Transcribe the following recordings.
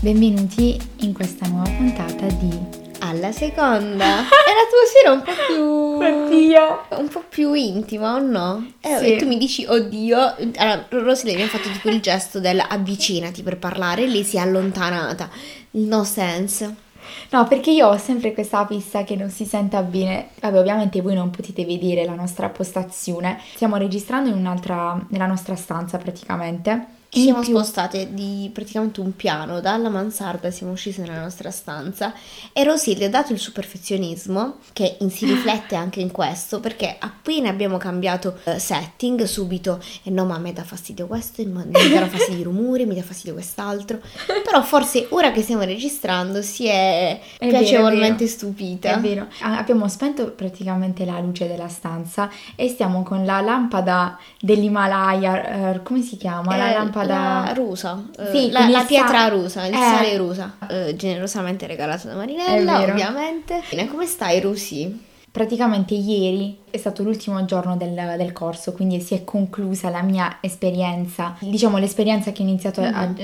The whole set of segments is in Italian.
Benvenuti in questa nuova puntata di Alla seconda. E la tua sera un po' più... Oddio! un po' più intima, o no? Sì. E tu mi dici oddio. Allora, Rosy mi ha fatto tipo il gesto del avvicinati per parlare e lei si è allontanata. No sense. No, perché io ho sempre questa fissa che non si senta bene. Vabbè, ovviamente voi non potete vedere la nostra postazione. Stiamo registrando nella nostra stanza praticamente. Ci In siamo più- spostate di praticamente un piano dalla mansarda, siamo scese nella nostra stanza e Rosilde, dato il suo perfezionismo, che si riflette anche in questo, perché appena abbiamo cambiato setting, subito, e no ma a me dà fastidio questo, mi darà fastidio i rumori, mi dà fastidio quest'altro, però forse ora che stiamo registrando si è È vero, piacevolmente è vero. stupita. È vero, abbiamo spento praticamente la luce della stanza e stiamo con la lampada dell'Himalaya, come si chiama? La lampada... La rusa, Sì, la, con il la pietra sa- rusa, il eh. sale rusa, generosamente regalato da È Marinella, vero. ovviamente. Bene, come stai, Rusi? Praticamente ieri è stato l'ultimo giorno del corso, quindi si è conclusa la mia esperienza, diciamo l'esperienza che ho iniziato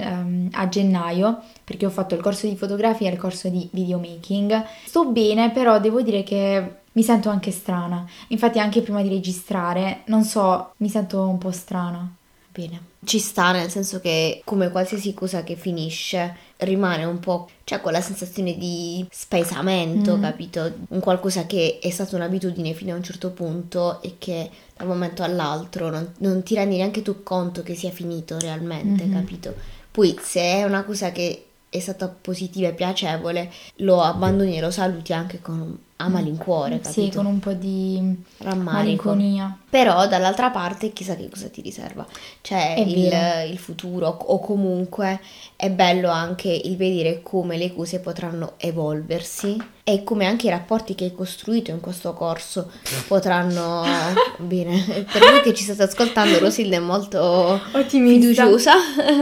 a gennaio, perché ho fatto il corso di fotografia e il corso di videomaking. Sto bene, però devo dire che mi sento anche strana. Infatti anche prima di registrare, non so, mi sento un po' strana. Bene, ci sta nel senso che come qualsiasi cosa che finisce rimane un po', c'è quella sensazione di spesamento, capito? Un qualcosa che è stata un'abitudine fino a un certo punto e che da un momento all'altro non ti rendi neanche tu conto che sia finito realmente, capito? Poi se è una cosa che è stata positiva e piacevole, lo abbandoni e lo saluti anche con a malincuore, capito? Sì, con un po' di Rammarico. malinconia. Però dall'altra parte chissà che cosa ti riserva. Cioè È vero. il futuro o comunque è bello anche il vedere come le cose potranno evolversi e come anche i rapporti che hai costruito in questo corso potranno... Bene, per voi che ci state ascoltando, Rosilde è molto Ottimista. fiduciosa.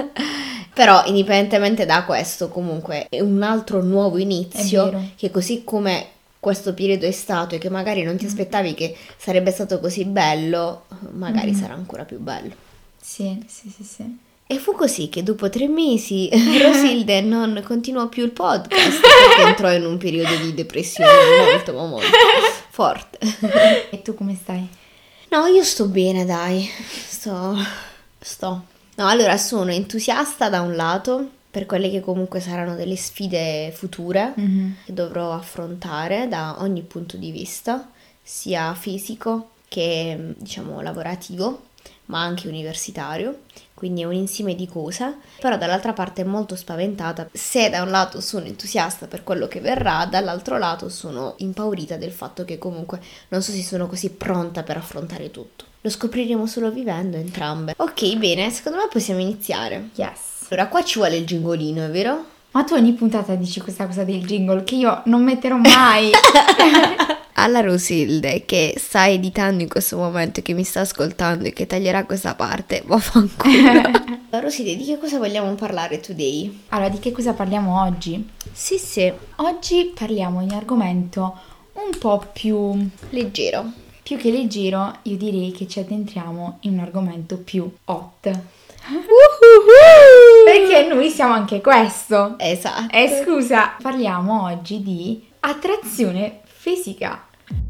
Però indipendentemente da questo comunque è un altro nuovo È inizio vero. che così come questo periodo è stato e che magari non ti aspettavi che sarebbe stato così bello, magari sarà ancora più bello. Sì. E fu così che dopo 3 mesi Rosilde non continuò più il podcast perché entrò in un periodo di depressione molto ma molto forte. E tu come stai? No, io sto bene, dai. Sto. No, allora sono entusiasta da un lato per quelle che comunque saranno delle sfide future che dovrò affrontare da ogni punto di vista, sia fisico che, diciamo, lavorativo, ma anche universitario. Quindi è un insieme di cose, però dall'altra parte molto spaventata. Se da un lato sono entusiasta per quello che verrà, dall'altro lato sono impaurita del fatto che comunque non so se sono così pronta per affrontare tutto. Lo scopriremo solo vivendo entrambe. Ok, bene, secondo me possiamo iniziare. Yes. Allora, qua ci vuole il gingolino, è vero? Ma tu ogni puntata dici questa cosa del jingle che io non metterò mai. Alla Rosilde che sta editando in questo momento e che mi sta ascoltando e che taglierà questa parte, vaffanculo. Rosilde, di che cosa vogliamo parlare today? Allora, di che cosa parliamo oggi? Sì, Oggi parliamo di un argomento un po' più leggero. che leggero, io direi che ci addentriamo in un argomento più hot. Perché noi siamo anche questo. Esatto. E scusa, parliamo oggi di attrazione fisica.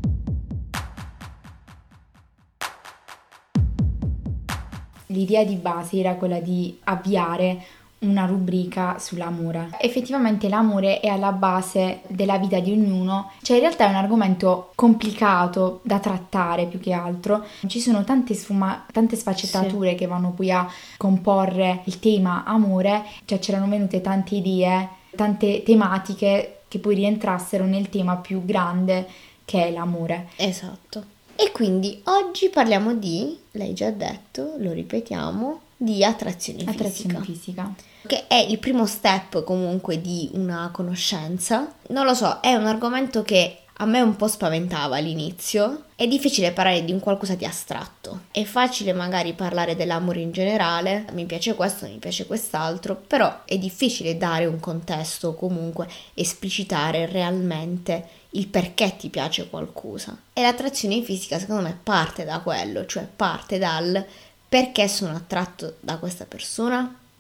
L'idea di base era quella di avviare una rubrica sull'amore. Effettivamente l'amore è alla base della vita di ognuno, cioè in realtà è un argomento complicato da trattare più che altro. Ci sono tante sfaccettature che vanno poi a comporre il tema amore, cioè c'erano venute tante idee, tante tematiche che poi rientrassero nel tema più grande che è l'amore. Esatto. E quindi oggi parliamo di, lei già detto, lo ripetiamo, di attrazione fisica. Che è il primo step comunque di una conoscenza. Non lo so, è un argomento che a me un po' spaventava all'inizio. È difficile parlare di un qualcosa di astratto. È facile magari parlare dell'amore in generale, mi piace questo, mi piace quest'altro, però è difficile dare un contesto o comunque esplicitare realmente il perché ti piace qualcosa. E l'attrazione fisica secondo me parte da quello, cioè parte dal perché sono attratto da questa persona,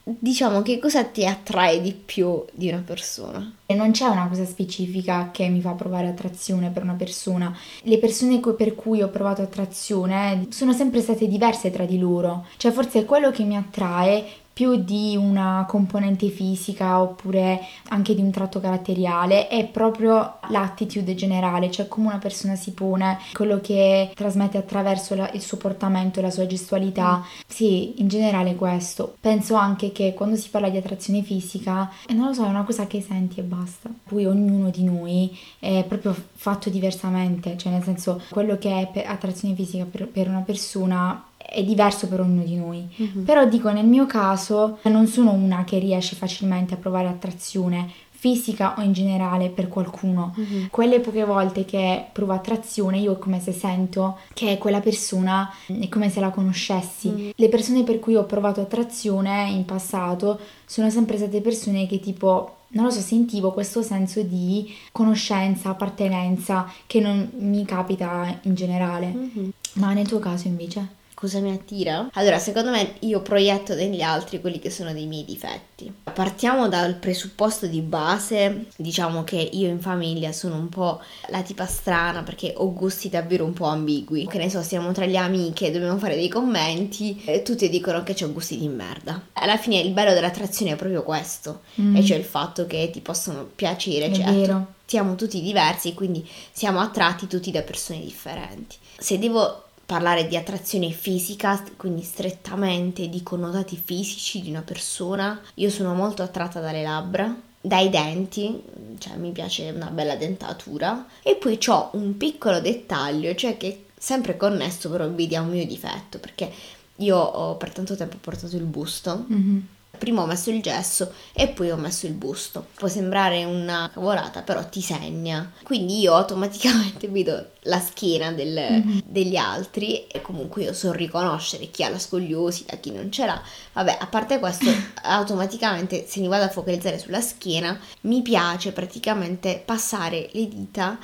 diciamo, che cosa ti attrae di più di una persona? E non c'è una cosa specifica che mi fa provare attrazione per una persona. Le persone per cui ho provato attrazione sono sempre state diverse tra di loro. Cioè forse è quello che mi attrae più di una componente fisica oppure anche di un tratto caratteriale, è proprio l'attitude generale, cioè come una persona si pone, quello che trasmette attraverso il suo portamento, la sua gestualità. Sì, in generale questo. Penso anche che quando si parla di attrazione fisica, non lo so, è una cosa che senti e basta. Poi ognuno di noi è proprio fatto diversamente, cioè nel senso quello che è attrazione fisica per una persona è diverso per ognuno di noi. Però dico, nel mio caso non sono una che riesce facilmente a provare attrazione fisica o in generale per qualcuno. Quelle poche volte che provo attrazione, io è come se sento che quella persona è come se la conoscessi. Le persone per cui ho provato attrazione in passato sono sempre state persone che tipo, non lo so, sentivo questo senso di conoscenza, appartenenza che non mi capita in generale. Ma nel tuo caso invece? Cosa mi attira? Allora, secondo me io proietto negli altri quelli che sono dei miei difetti. Partiamo dal presupposto di base, diciamo che io in famiglia sono un po' la tipa strana perché ho gusti davvero un po' ambigui. Che ne so, siamo tra le amiche, dobbiamo fare dei commenti e tutti dicono che ho gusti di merda. Alla fine il bello dell'attrazione è proprio questo, e cioè il fatto che ti possono piacere, È cioè vero. siamo tutti diversi e quindi siamo attratti tutti da persone differenti. Se devo parlare di attrazione fisica, quindi strettamente di connotati fisici di una persona, io sono molto attratta dalle labbra, dai denti, cioè mi piace una bella dentatura, e poi c'ho un piccolo dettaglio, cioè che è sempre connesso però vedi a un mio difetto, perché io ho per tanto tempo portato il busto. Prima ho messo il gesso e poi ho messo il busto. Può sembrare una cavolata, però ti segna. Quindi io automaticamente vedo la schiena degli altri e comunque io so riconoscere chi ha la scoliosi da chi non ce l'ha. Vabbè, a parte questo, automaticamente se mi vado a focalizzare sulla schiena, mi piace praticamente passare le dita.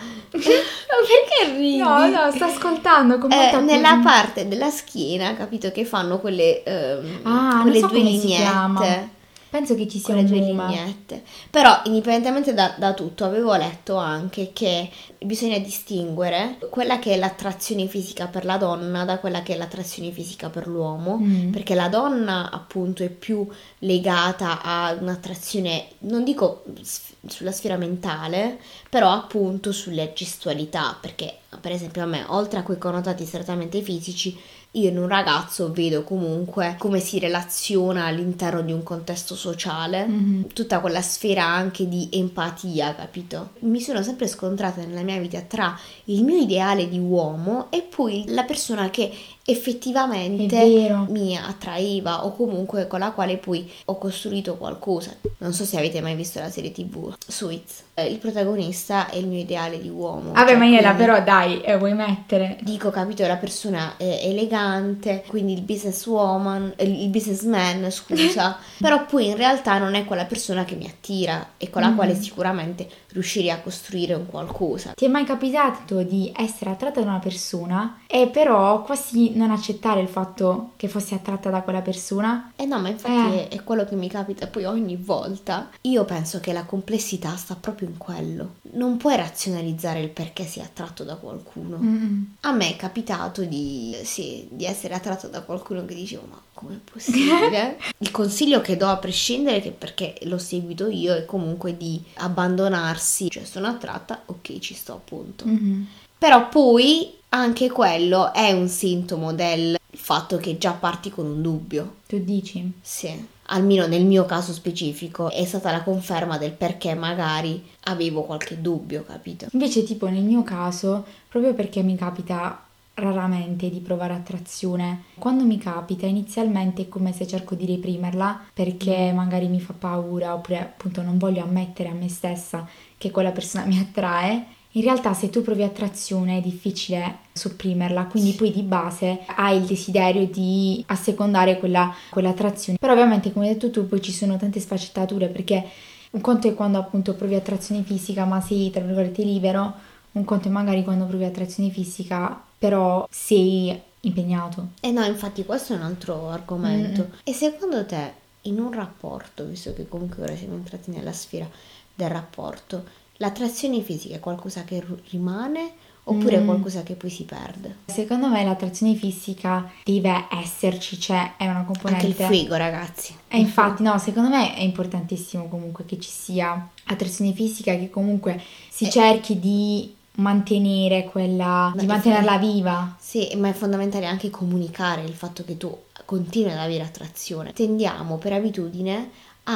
Perché ridi? No, sto ascoltando con molta nella parte della schiena, capito, che fanno quelle non so due come si lineette. chiama. Penso che ci sia Con le un due nome. lineette. Però, indipendentemente da tutto, avevo letto anche che bisogna distinguere quella che è l'attrazione fisica per la donna da quella che è l'attrazione fisica per l'uomo, perché la donna appunto è più legata a un'attrazione, non dico sulla sfera mentale, però appunto sulle gestualità, perché per esempio a me, oltre a quei connotati strettamente fisici, io in un ragazzo vedo comunque come si relaziona all'interno di un contesto sociale, tutta quella sfera anche di empatia, capito? Mi sono sempre scontrata nella mia vita tra il mio ideale di uomo e poi la persona che effettivamente mi attraeva o comunque con la quale poi ho costruito qualcosa. Non so se avete mai visto la serie TV Suits. Il protagonista è il mio ideale di uomo. Vabbè, cioè, Maniela, quindi, però dai, vuoi mettere? dico, capito, la persona è elegante, quindi il businesswoman, il businessman, scusa, però poi in realtà non è quella persona che mi attira e con la quale sicuramente riuscirei a costruire un qualcosa. Ti è mai capitato di essere attratta da una persona e però quasi non accettare il fatto che fossi attratta da quella persona? No, ma infatti è quello che mi capita poi ogni volta. Io penso che la complessità sta proprio in quello. Non puoi razionalizzare il perché sei attratto da qualcuno. A me è capitato di essere attratto da qualcuno che dicevo, ma com'è possibile? Il consiglio che do a prescindere, che perché l'ho seguito io, è comunque di abbandonarsi. Cioè sono attratta, ok, ci sto appunto. Però poi anche quello è un sintomo del fatto che già parti con un dubbio. Tu dici? Sì, almeno nel mio caso specifico è stata la conferma del perché magari avevo qualche dubbio, capito? Invece tipo nel mio caso, proprio perché mi capita raramente di provare attrazione, quando mi capita inizialmente è come se cerco di reprimerla perché magari mi fa paura oppure appunto non voglio ammettere a me stessa che quella persona mi attrae. In realtà se tu provi attrazione è difficile sopprimerla, quindi poi di base hai il desiderio di assecondare quell'attrazione. Però ovviamente come hai detto tu poi ci sono tante sfaccettature, perché un conto è quando appunto provi attrazione fisica ma sei tra virgolette libero, un conto è magari quando provi attrazione fisica però sei impegnato. No, infatti questo è un altro argomento. E secondo te in un rapporto, visto che comunque ora siamo entrati nella sfera del rapporto, l'attrazione fisica è qualcosa che rimane oppure è qualcosa che poi si perde? Secondo me l'attrazione fisica deve esserci, cioè è una componente... Anche il fuego, ragazzi. E infatti, no, secondo me è importantissimo comunque che ci sia attrazione fisica, che comunque si cerchi di mantenere di mantenerla viva. Sì, ma è fondamentale anche comunicare il fatto che tu continui ad avere attrazione. Tendiamo per abitudine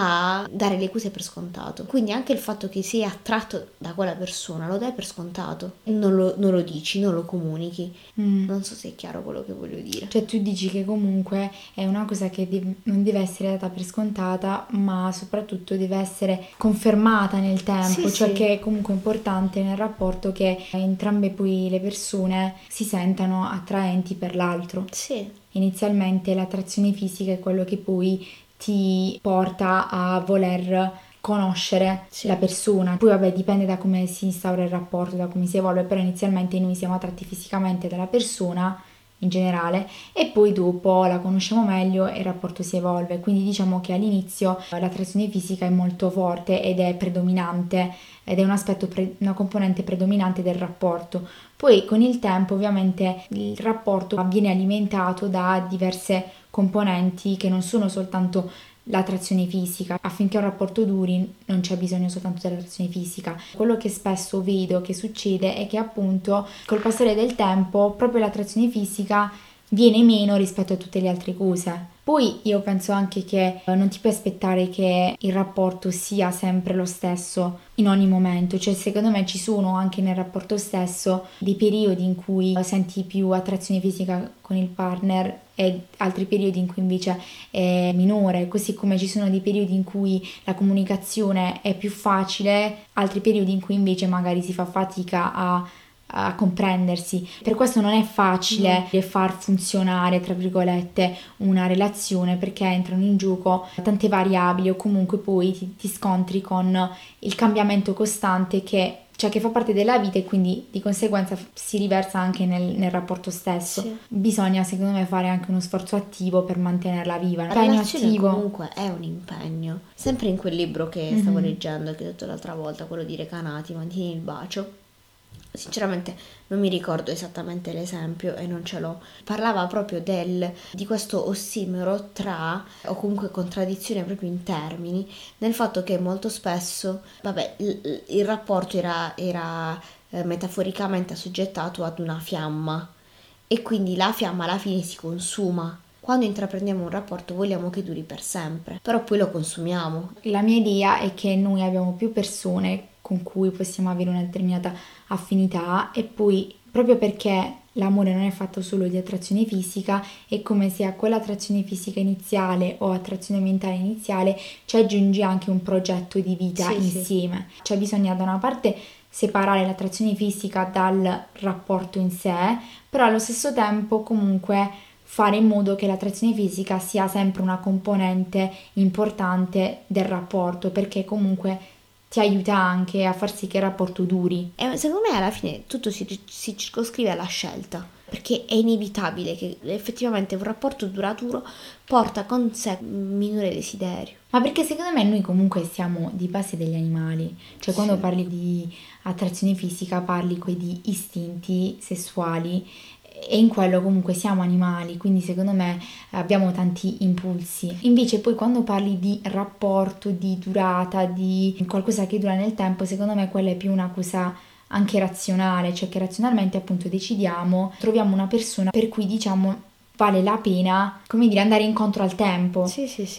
a dare le cose per scontato, quindi anche il fatto che sei attratto da quella persona lo dai per scontato, non lo dici, non lo comunichi. Non so se è chiaro quello che voglio dire. Cioè tu dici che comunque è una cosa che non deve essere data per scontata, ma soprattutto deve essere confermata nel tempo, Sì, cioè sì. che è comunque importante nel rapporto che entrambe poi le persone si sentano attraenti per l'altro. Sì. Inizialmente l'attrazione fisica è quello che poi ti porta a voler conoscere la persona. Poi vabbè, dipende da come si instaura il rapporto, da come si evolve, però inizialmente noi siamo attratti fisicamente dalla persona in generale e poi dopo la conosciamo meglio e il rapporto si evolve. Quindi diciamo che all'inizio l'attrazione fisica è molto forte ed è predominante ed è un aspetto, una componente predominante del rapporto. Poi con il tempo ovviamente il rapporto viene alimentato da diverse componenti che non sono soltanto l'attrazione fisica. Affinché un rapporto duri non c'è bisogno soltanto dell'attrazione fisica. Quello che spesso vedo che succede è che appunto col passare del tempo proprio l'attrazione fisica viene meno rispetto a tutte le altre cose. Poi io penso anche che non ti puoi aspettare che il rapporto sia sempre lo stesso in ogni momento, cioè secondo me ci sono anche nel rapporto stesso dei periodi in cui senti più attrazione fisica con il partner e altri periodi in cui invece è minore, così come ci sono dei periodi in cui la comunicazione è più facile, altri periodi in cui invece magari si fa fatica a comprendersi. Per questo non è facile far funzionare, tra virgolette, una relazione perché entrano in gioco tante variabili o comunque poi ti scontri con il cambiamento costante che fa parte della vita e quindi di conseguenza si riversa anche nel rapporto stesso. Sì. Bisogna secondo me fare anche uno sforzo attivo per mantenerla viva. La relazione comunque è un impegno. Sempre in quel libro che stavo leggendo, che ho detto l'altra volta, quello di Recanati, Mantieni il bacio, sinceramente non mi ricordo esattamente l'esempio e non ce l'ho. Parlava proprio di questo ossimoro tra, o comunque contraddizione proprio in termini, nel fatto che molto spesso, vabbè, il rapporto era metaforicamente assoggettato ad una fiamma e quindi la fiamma alla fine si consuma. Quando intraprendiamo un rapporto vogliamo che duri per sempre, però poi lo consumiamo. La mia idea è che noi abbiamo più persone con cui possiamo avere una determinata affinità e poi proprio perché l'amore non è fatto solo di attrazione fisica, è come se a quell'attrazione fisica iniziale o attrazione mentale iniziale ci aggiungi anche un progetto di vita insieme. Sì. Cioè bisogna da una parte separare l'attrazione fisica dal rapporto in sé, però allo stesso tempo comunque fare in modo che l'attrazione fisica sia sempre una componente importante del rapporto, perché comunque ti aiuta anche a far sì che il rapporto duri. E secondo me alla fine tutto si circoscrive alla scelta, perché è inevitabile che effettivamente un rapporto duraturo porta con sé minore desiderio. Ma perché secondo me noi comunque siamo di base degli animali, cioè quando parli di attrazione fisica parli di istinti sessuali e in quello comunque siamo animali, quindi secondo me abbiamo tanti impulsi. Invece poi quando parli di rapporto, di durata, di qualcosa che dura nel tempo, secondo me quella è più una cosa anche razionale, cioè che razionalmente appunto decidiamo, troviamo una persona per cui diciamo vale la pena, come dire, andare incontro al tempo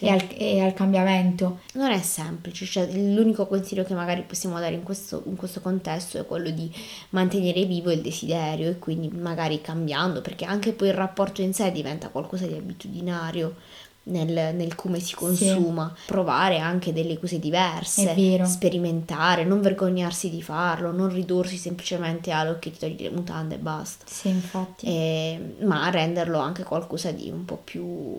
e al cambiamento. Non è semplice, cioè l'unico consiglio che magari possiamo dare in questo contesto è quello di mantenere vivo il desiderio e quindi magari cambiando, perché anche poi il rapporto in sé diventa qualcosa di abitudinario nel come si consuma, provare anche delle cose diverse, sperimentare, non vergognarsi di farlo, non ridursi semplicemente a che ti togli le mutande e basta. Sì, infatti. Ma renderlo anche qualcosa di un po' più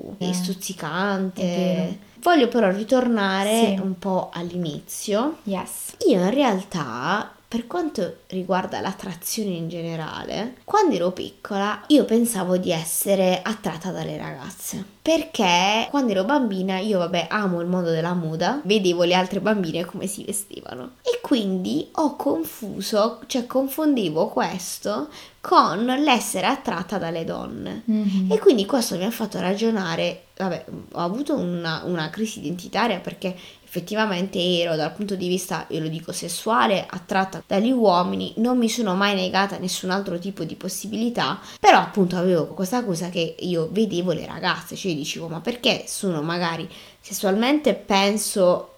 stuzzicante. Voglio però ritornare un po' all'inizio. Yes. Io in realtà per quanto riguarda l'attrazione in generale, quando ero piccola io pensavo di essere attratta dalle ragazze. Perché quando ero bambina io, amo il mondo della moda, vedevo le altre bambine come si vestivano. E quindi ho confondevo questo con l'essere attratta dalle donne. E quindi questo mi ha fatto ragionare, ho avuto una crisi identitaria perché effettivamente ero dal punto di vista, io lo dico, sessuale, attratta dagli uomini, non mi sono mai negata a nessun altro tipo di possibilità, però appunto avevo questa cosa che io vedevo le ragazze, cioè dicevo ma perché sono magari sessualmente penso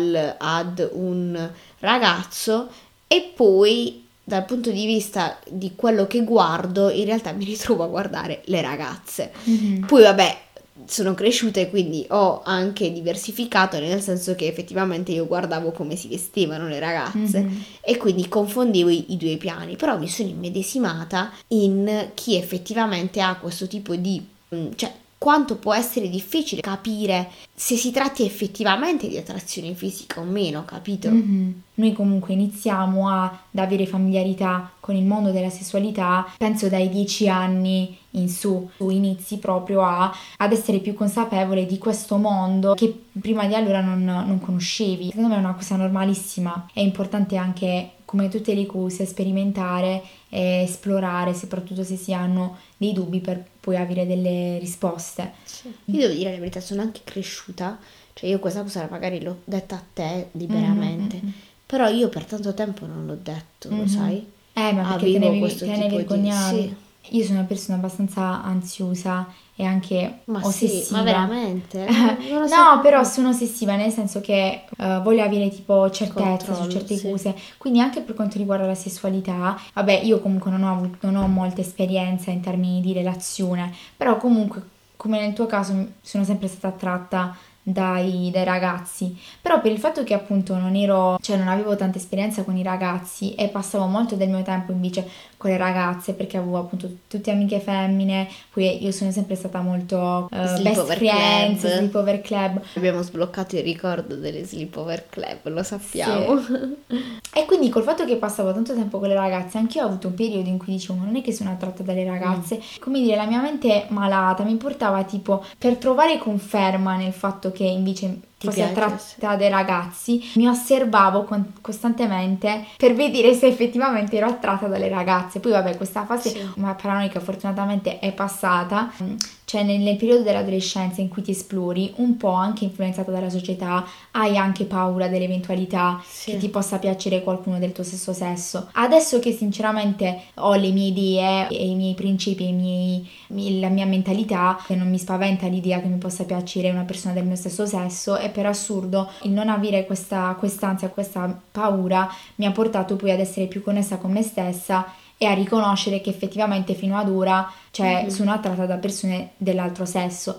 ad un ragazzo e poi dal punto di vista di quello che guardo in realtà mi ritrovo a guardare le ragazze. Poi sono cresciuta e quindi ho anche diversificato, nel senso che effettivamente io guardavo come si vestivano le ragazze e quindi confondevo i due piani, però mi sono immedesimata in chi effettivamente ha questo tipo di, cioè quanto può essere difficile capire se si tratti effettivamente di attrazione fisica o meno, capito? Noi comunque iniziamo ad avere familiarità con il mondo della sessualità, penso dai 10 anni in su. Tu inizi proprio ad essere più consapevole di questo mondo che prima di allora non conoscevi. Secondo me è una cosa normalissima, è importante anche, come tutte le cose, sperimentare e esplorare, soprattutto se si hanno dei dubbi, per poi avere delle risposte. Sì. Io devo dire la verità, sono anche cresciuta, cioè io questa cosa magari l'ho detta a te liberamente, però io per tanto tempo non l'ho detto, lo sai? Ma perché te ne vergognavi? Sì. Io sono una persona abbastanza ansiosa e anche ossessiva. Sì, ma veramente? Non lo No, però sono ossessiva nel senso che voglio avere tipo certezza su certe cose, quindi anche per quanto riguarda la sessualità, io comunque non ho molta esperienza in termini di relazione, però comunque come nel tuo caso sono sempre stata attratta dai ragazzi, però per il fatto che appunto non avevo tanta esperienza con i ragazzi e passavo molto del mio tempo invece con le ragazze perché avevo appunto tutte amiche femmine, poi io sono sempre stata molto best friends, sleepover club. Abbiamo sbloccato il ricordo delle sleepover club, lo sappiamo. Sì. E quindi col fatto che passavo tanto tempo con le ragazze, anche io ho avuto un periodo in cui dicevo non è che sono attratta dalle ragazze, come dire, la mia mente malata mi portava tipo per trovare conferma nel fatto che invece fossi attratta dai ragazzi, mi osservavo costantemente per vedere se effettivamente ero attratta dalle ragazze. Poi questa fase paranoica fortunatamente è passata, cioè nel periodo dell'adolescenza in cui ti esplori, un po' anche influenzata dalla società, hai anche paura dell'eventualità che ti possa piacere qualcuno del tuo stesso sesso. Adesso che sinceramente ho le mie idee e i miei principi, la mia mentalità, che non mi spaventa l'idea che mi possa piacere una persona del mio stesso sesso, e per assurdo il non avere quest'ansia, questa paura mi ha portato poi ad essere più connessa con me stessa e a riconoscere che effettivamente fino ad ora sono attratta da persone dell'altro sesso.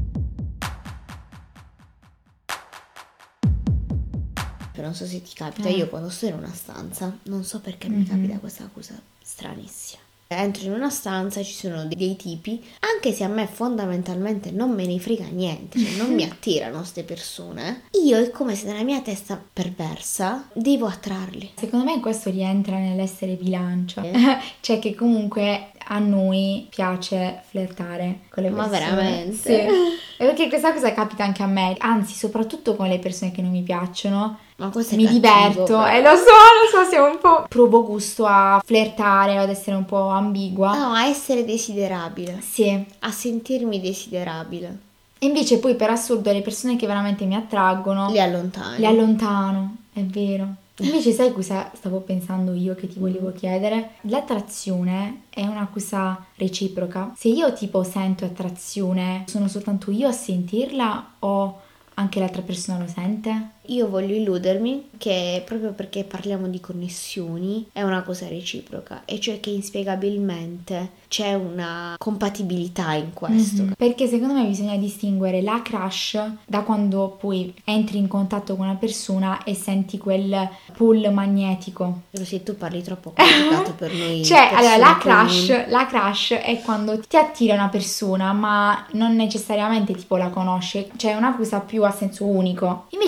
Non so se ti capita, io quando sto in una stanza non so perché mi capita questa cosa stranissima. Entro in una stanza, ci sono dei tipi, anche se a me fondamentalmente non me ne frega niente, cioè non mi attirano queste persone, io è come se nella mia testa perversa devo attrarli. Secondo me questo rientra nell'essere bilancia, cioè che comunque a noi piace flirtare con le persone. Ma veramente? Sì. Perché questa cosa capita anche a me, anzi soprattutto con le persone che non mi piacciono. Ma questo è mi cattivo, diverto e lo so se un po' provo gusto a flirtare o ad essere un po' ambigua. No, a essere desiderabile. Sì. A sentirmi desiderabile. E invece poi per assurdo le persone che veramente mi attraggono le allontano. Le allontano, è vero. Invece sai cosa stavo pensando io che ti volevo chiedere? L'attrazione è una cosa reciproca. Se io tipo sento attrazione, sono soltanto io a sentirla o anche l'altra persona lo sente? Io voglio illudermi che proprio perché parliamo di connessioni è una cosa reciproca, e cioè che inspiegabilmente c'è una compatibilità in questo. Perché secondo me bisogna distinguere la crush da quando poi entri in contatto con una persona e senti quel pull magnetico. Però se tu parli troppo complicato per noi. Cioè, allora, la crush è quando ti attira una persona ma non necessariamente tipo la conosci, cioè è una cosa più a senso unico. Invece quando io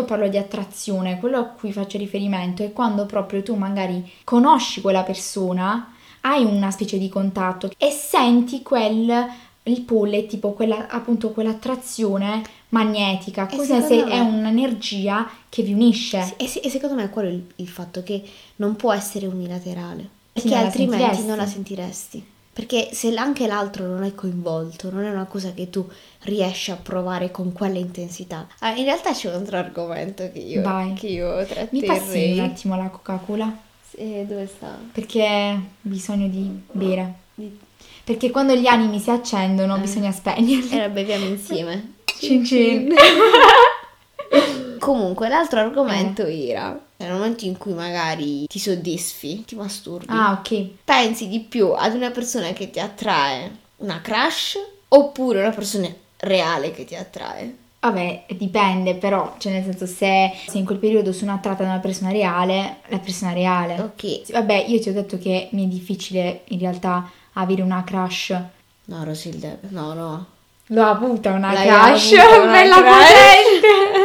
io parlo di attrazione, quello a cui faccio riferimento è quando proprio tu magari conosci quella persona, hai una specie di contatto e senti il pull, tipo appunto quell'attrazione magnetica, come se è un'energia che vi unisce. E secondo me è quello il fatto che non può essere unilaterale, perché altrimenti non la sentiresti. Perché se anche l'altro non è coinvolto, non è una cosa che tu riesci a provare con quella intensità. In realtà c'è un altro argomento che io tratterrei. Mi passi un attimo la Coca-Cola? Dove sta? Perché ho bisogno di bere. Perché quando gli animi si accendono bisogna spegnerli. E la beviamo insieme. Cin cin. Comunque, l'altro argomento era nel momento in cui magari ti soddisfi, ti masturbi. Ah, ok. Pensi di più ad una persona che ti attrae, una crush, oppure una persona reale che ti attrae? Vabbè, dipende però, cioè nel senso se in quel periodo sono attratta da una persona reale, la persona reale. Ok. Vabbè, io ti ho detto che mi è difficile in realtà avere una crush. No, Rosilde, no. L'ho avuta una L'hai crush, avuta una bella crush. potente.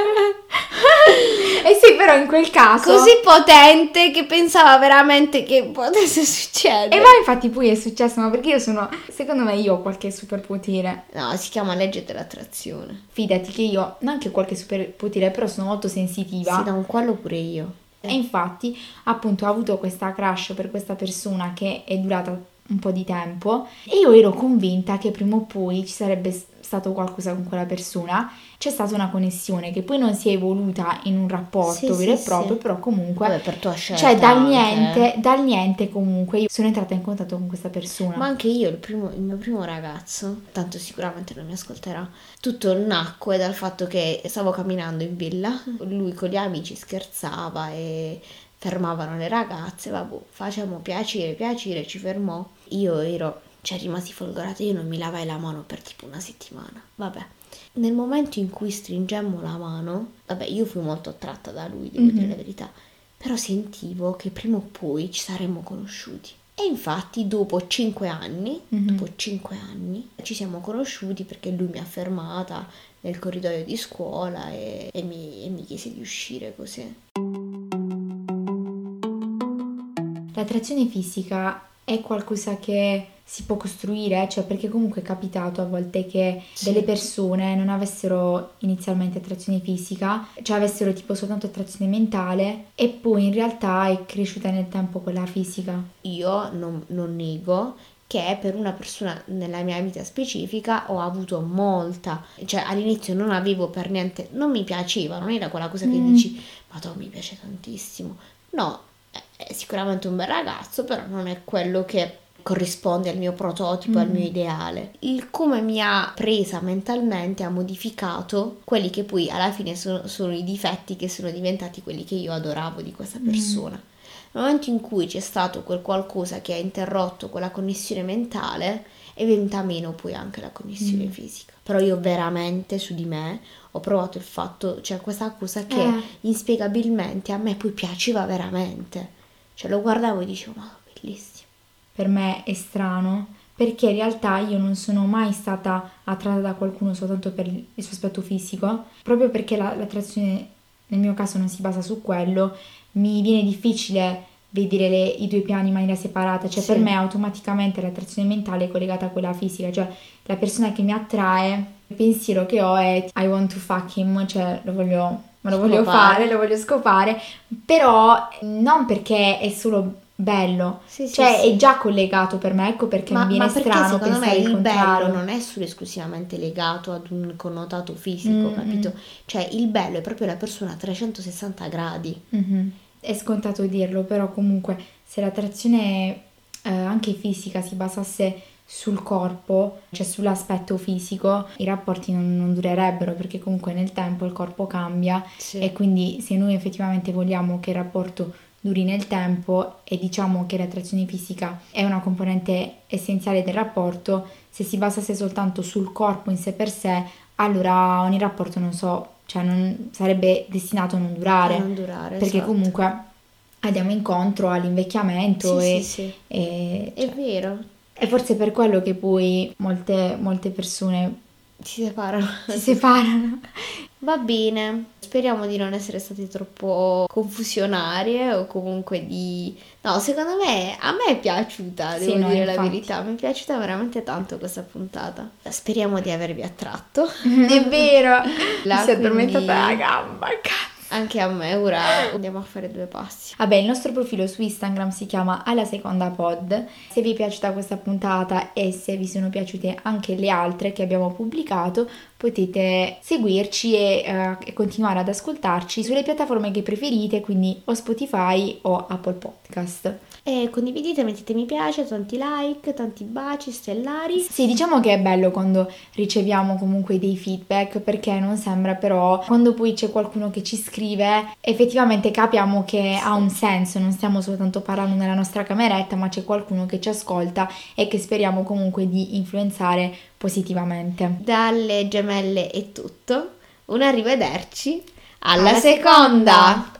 Eh sì, però in quel caso... Così potente che pensava veramente che potesse succedere. E ma infatti poi è successo, ma perché secondo me io ho qualche superpotere. No, si chiama legge dell'attrazione. Fidati che io, non che ho qualche superpotere, però sono molto sensitiva. Sì, da un quello pure io. E infatti, appunto, ho avuto questa crush per questa persona che è durata un po' di tempo e io ero convinta che prima o poi ci sarebbe stato qualcosa con quella persona. C'è stata una connessione che poi non si è evoluta in un rapporto vero e proprio, però comunque vabbè, per tua scelta, cioè dal niente comunque io sono entrata in contatto con questa persona. Ma anche io il mio primo ragazzo, tanto sicuramente non mi ascolterà, tutto nacque dal fatto che stavo camminando in villa, lui con gli amici scherzava e fermavano le ragazze, vabbè, facciamo piacere, ci fermò. Io rimasi folgorata, io non mi lavai la mano per tipo una settimana, vabbè. Nel momento in cui stringemmo la mano, vabbè, io fui molto attratta da lui, devo dire la verità, però sentivo che prima o poi ci saremmo conosciuti. E infatti dopo 5 anni, ci siamo conosciuti perché lui mi ha fermata nel corridoio di scuola e mi chiese di uscire così. L'attrazione fisica è qualcosa che si può costruire, cioè perché comunque è capitato a volte che delle persone non avessero inizialmente attrazione fisica, cioè avessero tipo soltanto attrazione mentale e poi in realtà è cresciuta nel tempo quella fisica. Io non nego che per una persona nella mia vita specifica ho avuto molta, cioè all'inizio non avevo per niente, non mi piaceva, non era quella cosa che dici, ma tu mi piace tantissimo, no, è sicuramente un bel ragazzo, però non è quello che corrisponde al mio prototipo, al mio ideale. Il come mi ha presa mentalmente ha modificato quelli che poi alla fine sono i difetti che sono diventati quelli che io adoravo di questa persona. Nel momento in cui c'è stato quel qualcosa che ha interrotto quella connessione mentale, è venuta meno poi anche la connessione fisica. Però io veramente su di me ho provato il fatto, cioè questa cosa che inspiegabilmente a me poi piaceva veramente. Cioè lo guardavo e dicevo, ma bellissimo. Per me è strano, perché in realtà io non sono mai stata attratta da qualcuno soltanto per il suo aspetto fisico, proprio perché l'attrazione nel mio caso non si basa su quello, mi viene difficile vedere i due piani in maniera separata, cioè per me automaticamente l'attrazione mentale è collegata a quella fisica, cioè la persona che mi attrae, il pensiero che ho è I want to fuck him, cioè lo voglio fare, lo voglio scopare, però non perché è solo bello, è già collegato per me, ecco perché mi viene strano pensare il contrario. Bello non è solo esclusivamente legato ad un connotato fisico, capito? Cioè il bello è proprio la persona a 360 gradi. È scontato dirlo, però comunque se l'attrazione anche fisica si basasse sul corpo, cioè sull'aspetto fisico, i rapporti non durerebbero, perché comunque nel tempo il corpo cambia e quindi se noi effettivamente vogliamo che il rapporto duri nel tempo e diciamo che l'attrazione fisica è una componente essenziale del rapporto, se si basasse soltanto sul corpo in sé per sé, allora ogni rapporto non sarebbe destinato a non durare, perché comunque andiamo incontro all'invecchiamento è vero. E forse per quello che poi molte persone si separano. Va bene, speriamo di non essere state troppo confusionarie o comunque di... No, secondo me, a me è piaciuta, Sì, devo no, dire la infatti. verità, mi è piaciuta veramente tanto questa puntata. Speriamo di avervi attratto. È vero, mi si è Quindi- addormentata la gamba, cazzo. Anche a me, ora andiamo a fare 2 passi. Vabbè, il nostro profilo su Instagram si chiama Alla Seconda Pod. Se vi è piaciuta questa puntata e se vi sono piaciute anche le altre che abbiamo pubblicato, potete seguirci e continuare ad ascoltarci sulle piattaforme che preferite, quindi o Spotify o Apple Podcast. E condividete, mettete mi piace, tanti like, tanti baci stellari. Sì, diciamo che è bello quando riceviamo comunque dei feedback, perché non sembra, però quando poi c'è qualcuno che ci scrive effettivamente capiamo che ha un senso, non stiamo soltanto parlando nella nostra cameretta, ma c'è qualcuno che ci ascolta e che speriamo comunque di influenzare positivamente. Dalle gemelle è tutto. Un arrivederci. Alla Alla seconda!